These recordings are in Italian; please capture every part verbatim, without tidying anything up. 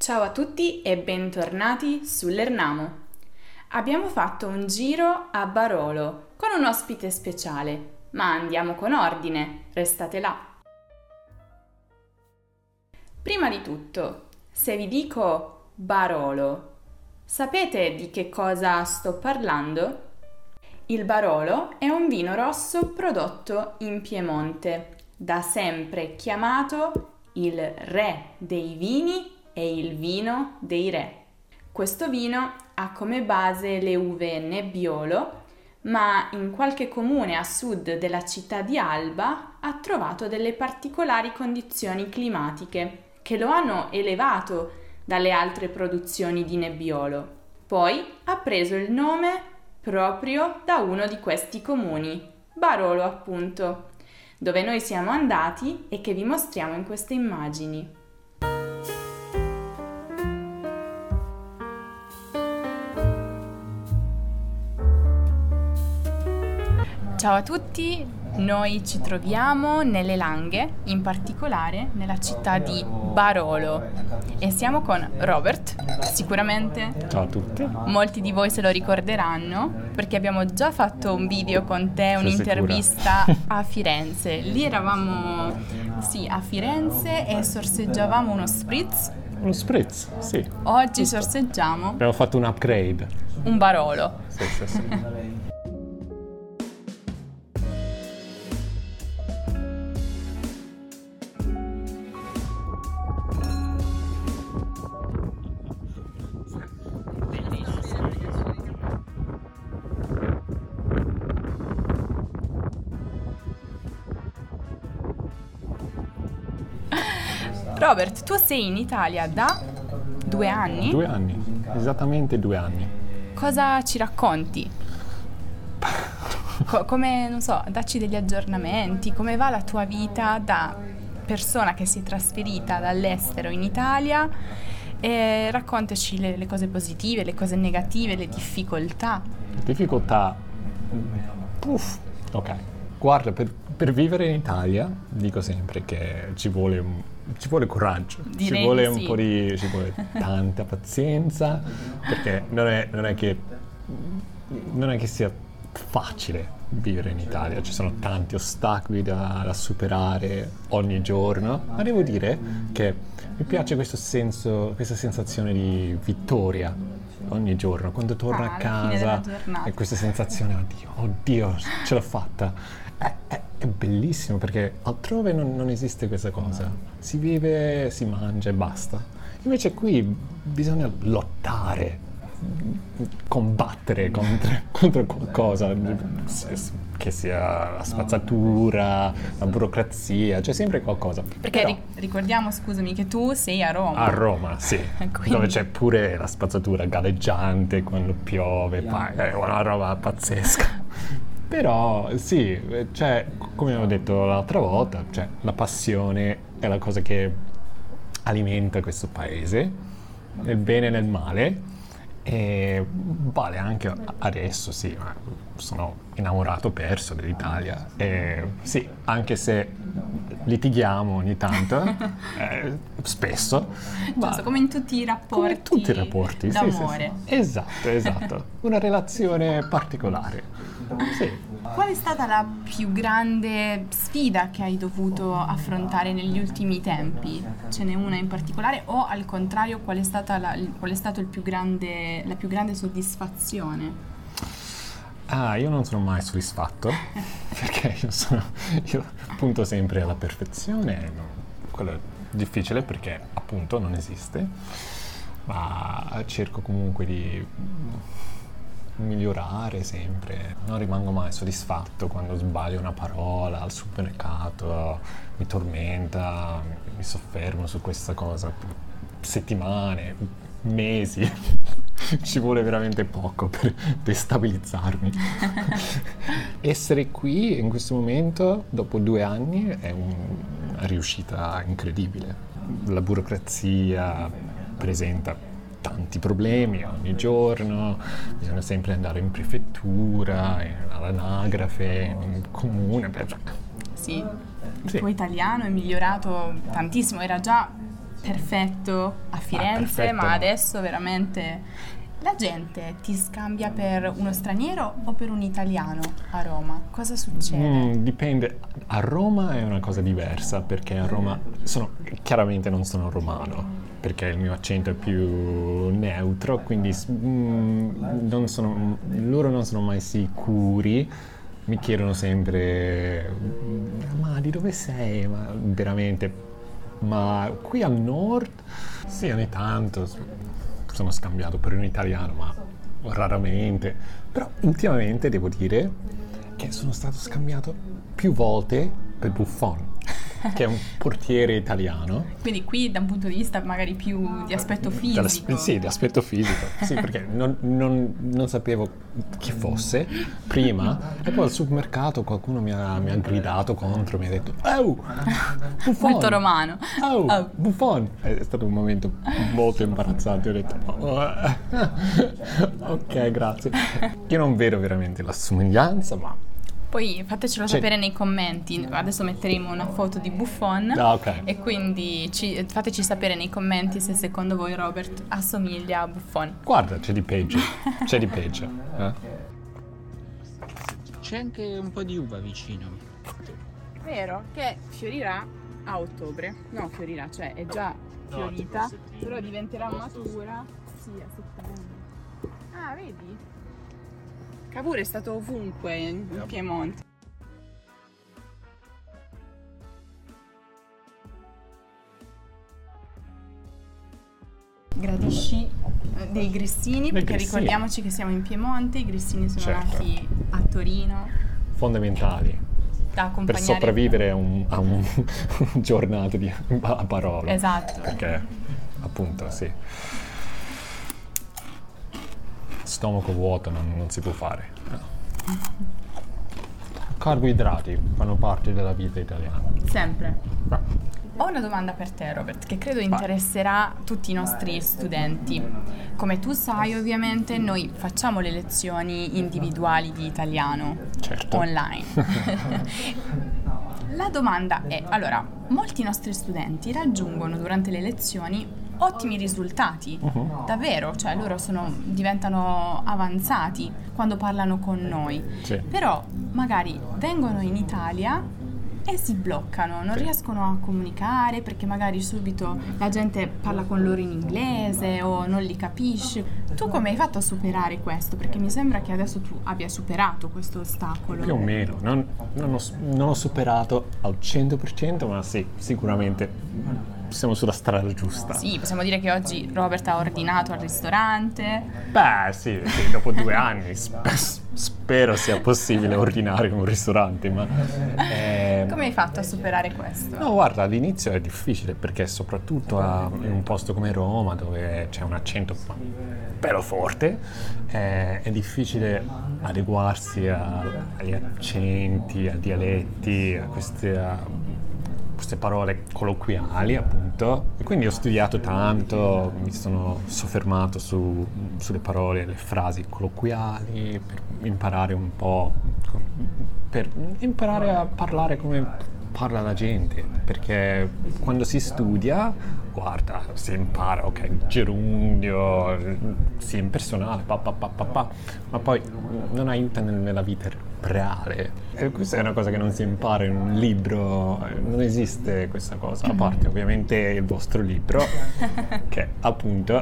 Ciao a tutti e bentornati sull'Ernamo. Abbiamo fatto un giro a Barolo con un ospite speciale, ma andiamo con ordine, restate là. Prima di tutto, se vi dico Barolo, sapete di che cosa sto parlando? Il Barolo è un vino rosso prodotto in Piemonte, da sempre chiamato il re dei vini e il vino dei re. Questo vino ha come base le uve Nebbiolo, ma in qualche comune a sud della città di Alba ha trovato delle particolari condizioni climatiche che lo hanno elevato dalle altre produzioni di Nebbiolo. Poi ha preso il nome proprio da uno di questi comuni, Barolo appunto, dove noi siamo andati e che vi mostriamo in queste immagini. Ciao a tutti, noi ci troviamo nelle Langhe, in particolare nella città di Barolo, e siamo con Robert, sicuramente. Ciao a tutti. Molti di voi se lo ricorderanno perché abbiamo già fatto un video con te, un'intervista a Firenze. Lì eravamo, sì, a Firenze e sorseggiavamo uno spritz. Uno spritz, sì. Oggi Giusto. sorseggiamo Abbiamo fatto un upgrade. un Barolo. Sì, sì, sì. Robert, tu sei in Italia da due anni? Due anni, esattamente due anni. Cosa ci racconti? Co- come, non so, dacci degli aggiornamenti, come va la tua vita da persona che si è trasferita dall'estero in Italia e raccontaci le, le cose positive, le cose negative, le difficoltà. Difficoltà? Uff, ok. Guarda, per, per vivere in Italia dico sempre che ci vuole un Ci vuole coraggio, Direi ci vuole sì. un po' di, ci vuole tanta pazienza, perché non è, non è che non è che sia facile vivere in Italia, ci sono tanti ostacoli da, da superare ogni giorno, ma devo dire che mi piace questo senso, questa sensazione di vittoria ogni giorno, quando torno Ah, a alla fine della casa giornata. e questa sensazione, oddio, oddio, ce l'ho fatta. È, è, è bellissimo perché altrove non, non esiste questa cosa, si vive, si mangia e basta. Invece qui bisogna lottare, combattere contro, contro qualcosa, che sia la spazzatura, la burocrazia, c'è sempre qualcosa. Perché Però, ri- ricordiamo, scusami, che tu sei a Roma. a Roma, sì, Quindi- dove c'è pure la spazzatura galleggiante quando piove, poi è una roba pazzesca. Però sì, cioè, come ho detto l'altra volta, cioè, la passione è la cosa che alimenta questo paese, nel bene e nel male, e vale anche adesso, sì, sono innamorato perso dell'Italia, e sì, anche se litighiamo ogni tanto, eh, spesso, ma Giusto, come in tutti i rapporti come tutti i rapporti, sì, d'amore. sì, sì. Esatto, esatto, una relazione particolare. Sì. Qual è stata la più grande sfida che hai dovuto affrontare negli ultimi tempi? Ce n'è una in particolare o al contrario qual è stata la, qual è stato il più grande, la più grande soddisfazione? Ah, io non sono mai soddisfatto perché io sono io punto sempre alla perfezione, no, quello è difficile perché appunto non esiste, ma cerco comunque di migliorare sempre, non rimango mai soddisfatto quando sbaglio una parola al supermercato, mi tormenta, mi soffermo su questa cosa per settimane, mesi, ci vuole veramente poco per destabilizzarmi. Essere qui in questo momento, dopo due anni, è un, una riuscita incredibile. La burocrazia presenta tanti problemi ogni giorno, bisogna sempre andare in prefettura, in- all'anagrafe, in comune. Per... Sì, il Sì. tuo italiano è migliorato tantissimo, era già perfetto a Firenze, ah, perfetto, ma no. adesso veramente... La gente ti scambia per uno straniero o per un italiano a Roma? Cosa succede? Mm, dipende. A Roma è una cosa diversa, perché a Roma sono, chiaramente non sono romano, perché il mio accento è più neutro, quindi mm, non sono, loro non sono mai sicuri, mi chiedono sempre ma di dove sei? Ma veramente, ma qui al nord? Sì, ogni tanto sono scambiato per un italiano, ma raramente. Però ultimamente devo dire che sono stato scambiato più volte per Buffon, che è un portiere italiano. Quindi qui da un punto di vista magari più di aspetto fisico. Dall'as- sì, di aspetto fisico. Sì, perché non, non- non sapevo chi fosse prima, e poi al supermercato qualcuno mi ha, mi ha gridato contro, mi ha detto "Oh, Buffon!" Molto romano. Oh, Oh. Buffon! È stato un momento molto imbarazzante, ho detto "Oh, eh, ok, grazie". Io non vedo veramente la somiglianza, ma Poi fatecelo C'è- sapere nei commenti, adesso metteremo una foto di Buffon Ah, ok. e quindi ci- fateci sapere nei commenti se secondo voi Robert assomiglia a Buffon. guarda, c'è di peggio, c'è di peggio. eh. C'è anche un po' di uva vicino. Vero che fiorirà a ottobre, no fiorirà, cioè è già fiorita, però diventerà matura sì a settembre. Ah, vedi? Cavour è stato ovunque in Piemonte. Gradisci eh, dei grissini, perché grissini. ricordiamoci che siamo in Piemonte, i grissini sono Certo. nati a Torino Fondamentali da per accompagnare... sopravvivere a un, a un giornata di a parole. Esatto. Perché appunto sì. Stomaco vuoto non, non si può fare. no. Carboidrati fanno parte della vita italiana. Sempre. Ah, Ho una domanda per te, Robert, che credo interesserà tutti i nostri studenti. Come tu sai, ovviamente, noi facciamo le lezioni individuali di italiano certo. online. La domanda è, allora, molti nostri studenti raggiungono durante le lezioni ottimi risultati, Uh-huh. davvero, cioè loro sono, diventano avanzati quando parlano con noi, Sì. però magari vengono in Italia e si bloccano, non Sì. riescono a comunicare perché magari subito la gente parla con loro in inglese o non li capisce. Tu come hai fatto a superare questo? Perché mi sembra che adesso tu abbia superato questo ostacolo. Più o meno, non, non ho, non ho superato al cento per cento, ma sì, sicuramente siamo sulla strada giusta. Sì, possiamo dire che oggi Robert ha ordinato al ristorante. Beh, sì, sì, dopo due anni sp- spero sia possibile ordinare in un ristorante, ma... eh, Come hai fatto a superare questo? No, guarda, all'inizio è difficile perché soprattutto a- in un posto come Roma, dove c'è un accento bello forte, eh, è difficile adeguarsi a- agli accenti, a dialetti, a queste, a queste parole colloquiali, appunto. E quindi ho studiato tanto, mi sono soffermato su- sulle parole, le frasi colloquiali per imparare un po', per imparare a parlare come parla la gente, perché quando si studia, guarda, si impara, ok, gerundio, sì, impersonale, pa, pa, pa, pa, pa, ma poi non aiuta nel- nella vita reale. E questa è una cosa che non si impara in un libro, non esiste questa cosa, a parte ovviamente il vostro libro, che appunto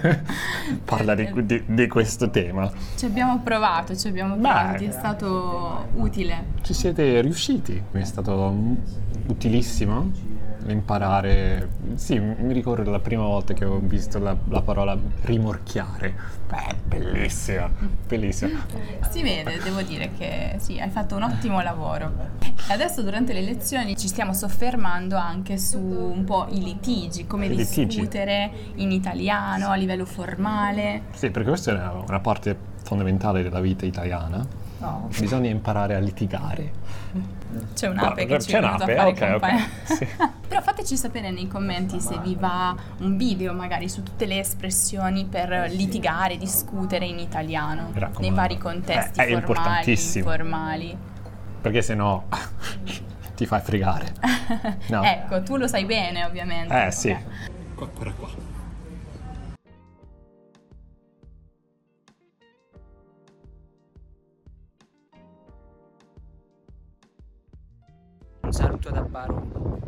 parla di, di- di questo tema. Ci abbiamo provato, ci abbiamo Beh. provato, ti è stato utile. Ci siete riusciti, è stato mm, utilissimo imparare. Sì, mi ricordo la prima volta che ho visto la, la parola rimorchiare. Beh, bellissima, bellissima. Si vede, devo dire che sì, hai fatto un ottimo lavoro. E adesso durante le lezioni ci stiamo soffermando anche su un po' i litigi, come I litigi. discutere in italiano a livello formale. Sì, perché questa è una, una parte fondamentale della vita italiana. No. Bisogna imparare a litigare. C'è un'ape Guarda, che ci c'è è venuta a un'ape, fare ok, ok. compagnia. Sì. Però fateci sapere nei commenti se vi va un video magari su tutte le espressioni per litigare, discutere in italiano, Mi raccomando. nei vari contesti Eh, è formali, importantissimo. informali. Perché se no ti fai fregare. No. Ecco, tu lo sai bene ovviamente. Eh sì. Qua, guarda qua. Un saluto da Barolo.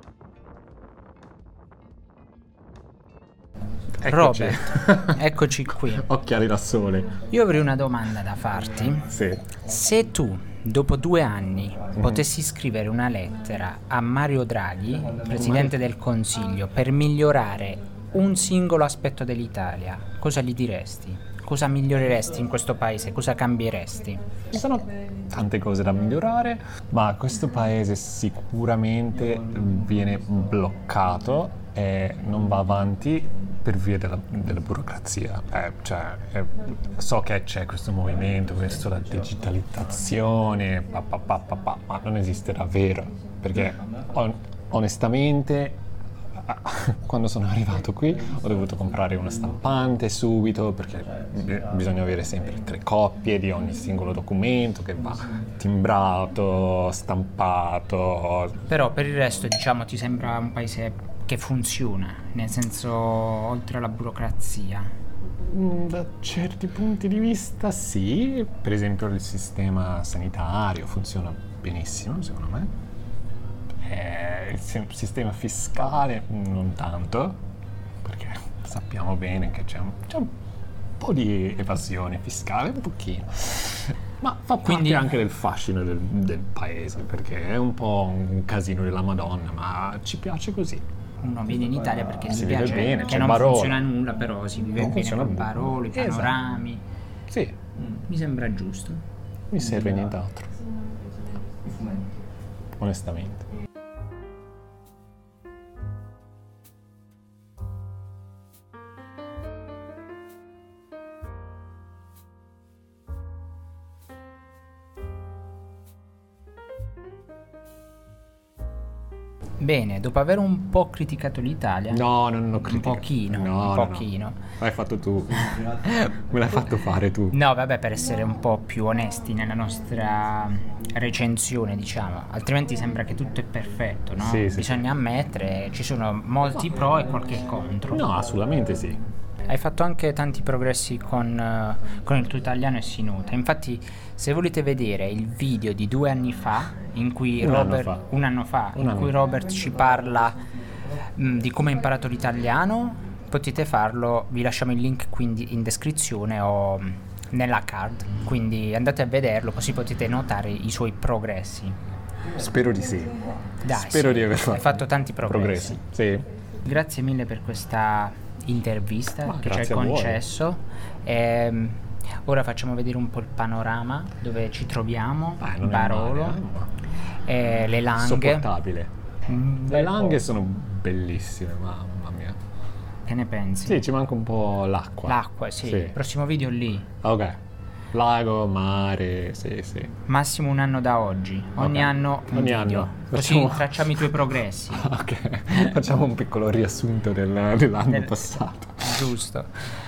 Eccoci. Robert, eccoci qui. Occhiali da sole. Io avrei una domanda da farti. Sì. Se tu, dopo due anni, potessi scrivere una lettera a Mario Draghi, Presidente del Consiglio, per migliorare un singolo aspetto dell'Italia, cosa gli diresti? Cosa miglioreresti in questo paese? Cosa cambieresti? Ci sono tante cose da migliorare, ma questo paese sicuramente viene bloccato e non va avanti per via della, della burocrazia. Eh, cioè, eh, so che c'è questo movimento verso la digitalizzazione, pa, pa, pa, pa, pa, ma non esiste davvero, perché on- onestamente quando sono arrivato qui ho dovuto comprare una stampante subito, perché b- bisogna avere sempre tre copie di ogni singolo documento che va timbrato, stampato. Però per il resto, diciamo, ti sembra un paese che funziona, nel senso, oltre alla burocrazia? Mm, Da certi punti di vista sì, per esempio il sistema sanitario funziona benissimo secondo me. Eh, il si- sistema fiscale non tanto, perché sappiamo bene che c'è un, c'è un po' di evasione fiscale, un pochino, ma fa parte Quindi- anche del fascino del, del paese, perché è un po' un casino della Madonna, ma ci piace così. Uno viene in Italia perché Si gli vive piace, bene, che c'è non Barolo. funziona nulla, però si vive Non bene funziona con nulla. Barolo, i Esatto. panorami. Sì, Mm, mi sembra giusto. mi serve nient'altro, onestamente. Bene, dopo aver un po' criticato l'Italia, No, non ho un criticato. pochino, No, un no, no. pochino. L'hai fatto tu. Me l'hai fatto fare tu. No, vabbè, per essere un po' più onesti nella nostra recensione, diciamo, altrimenti sembra che tutto è perfetto, no? Sì, sì, Bisogna ammettere, ci sono molti pro e qualche contro. No, assolutamente sì. Hai fatto anche tanti progressi con, eh, con il tuo italiano e si nota. Infatti, se volete vedere il video di due anni fa, in cui Un anno Robert, fa. un anno fa, Un in anno cui fa. Robert ci parla mh, di come ha imparato l'italiano, potete farlo. Vi lasciamo il link quindi in descrizione o mh, nella card. Quindi andate a vederlo, così potete notare i suoi progressi. Spero di sì. Dai, Spero sì, di aver fatto, hai fatto tanti progressi. Sì. Grazie mille per questa intervista Ma che ci hai grazie a voi. concesso. Ehm, ora facciamo vedere un po' il panorama dove ci troviamo, Dai, non è Barolo, male, eh, ma eh, le langhe. sopportabile. Mm, Le bel langhe po'. sono bellissime, mamma mia. Che ne pensi? Sì, ci manca un po' l'acqua. L'acqua, sì. Sì. Prossimo video lì. Ok. Lago, mare, sì, sì. Massimo un anno da oggi. Ogni Ok. anno un Ogni video. anno. Così Facciamo- tracciamo i tuoi progressi. Ok. Facciamo un piccolo riassunto del- dell'anno Del- passato. Giusto.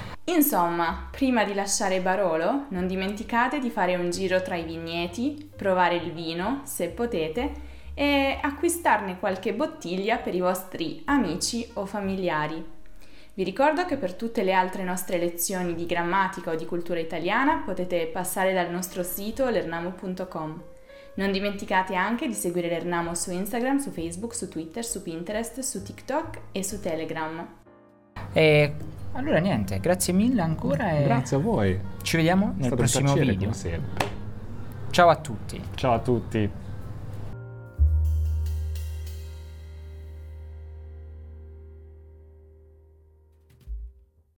Insomma, prima di lasciare Barolo, non dimenticate di fare un giro tra i vigneti, provare il vino, se potete, e acquistarne qualche bottiglia per i vostri amici o familiari. Vi ricordo che per tutte le altre nostre lezioni di grammatica o di cultura italiana potete passare dal nostro sito lernamo punto com. Non dimenticate anche di seguire l'Ernamo su Instagram, su Facebook, su Twitter, su Pinterest, su TikTok e su Telegram. E allora niente, grazie mille ancora e Grazie a voi. È ci vediamo nel stato un prossimo piacere, video. come sempre. Ciao a tutti. Ciao a tutti.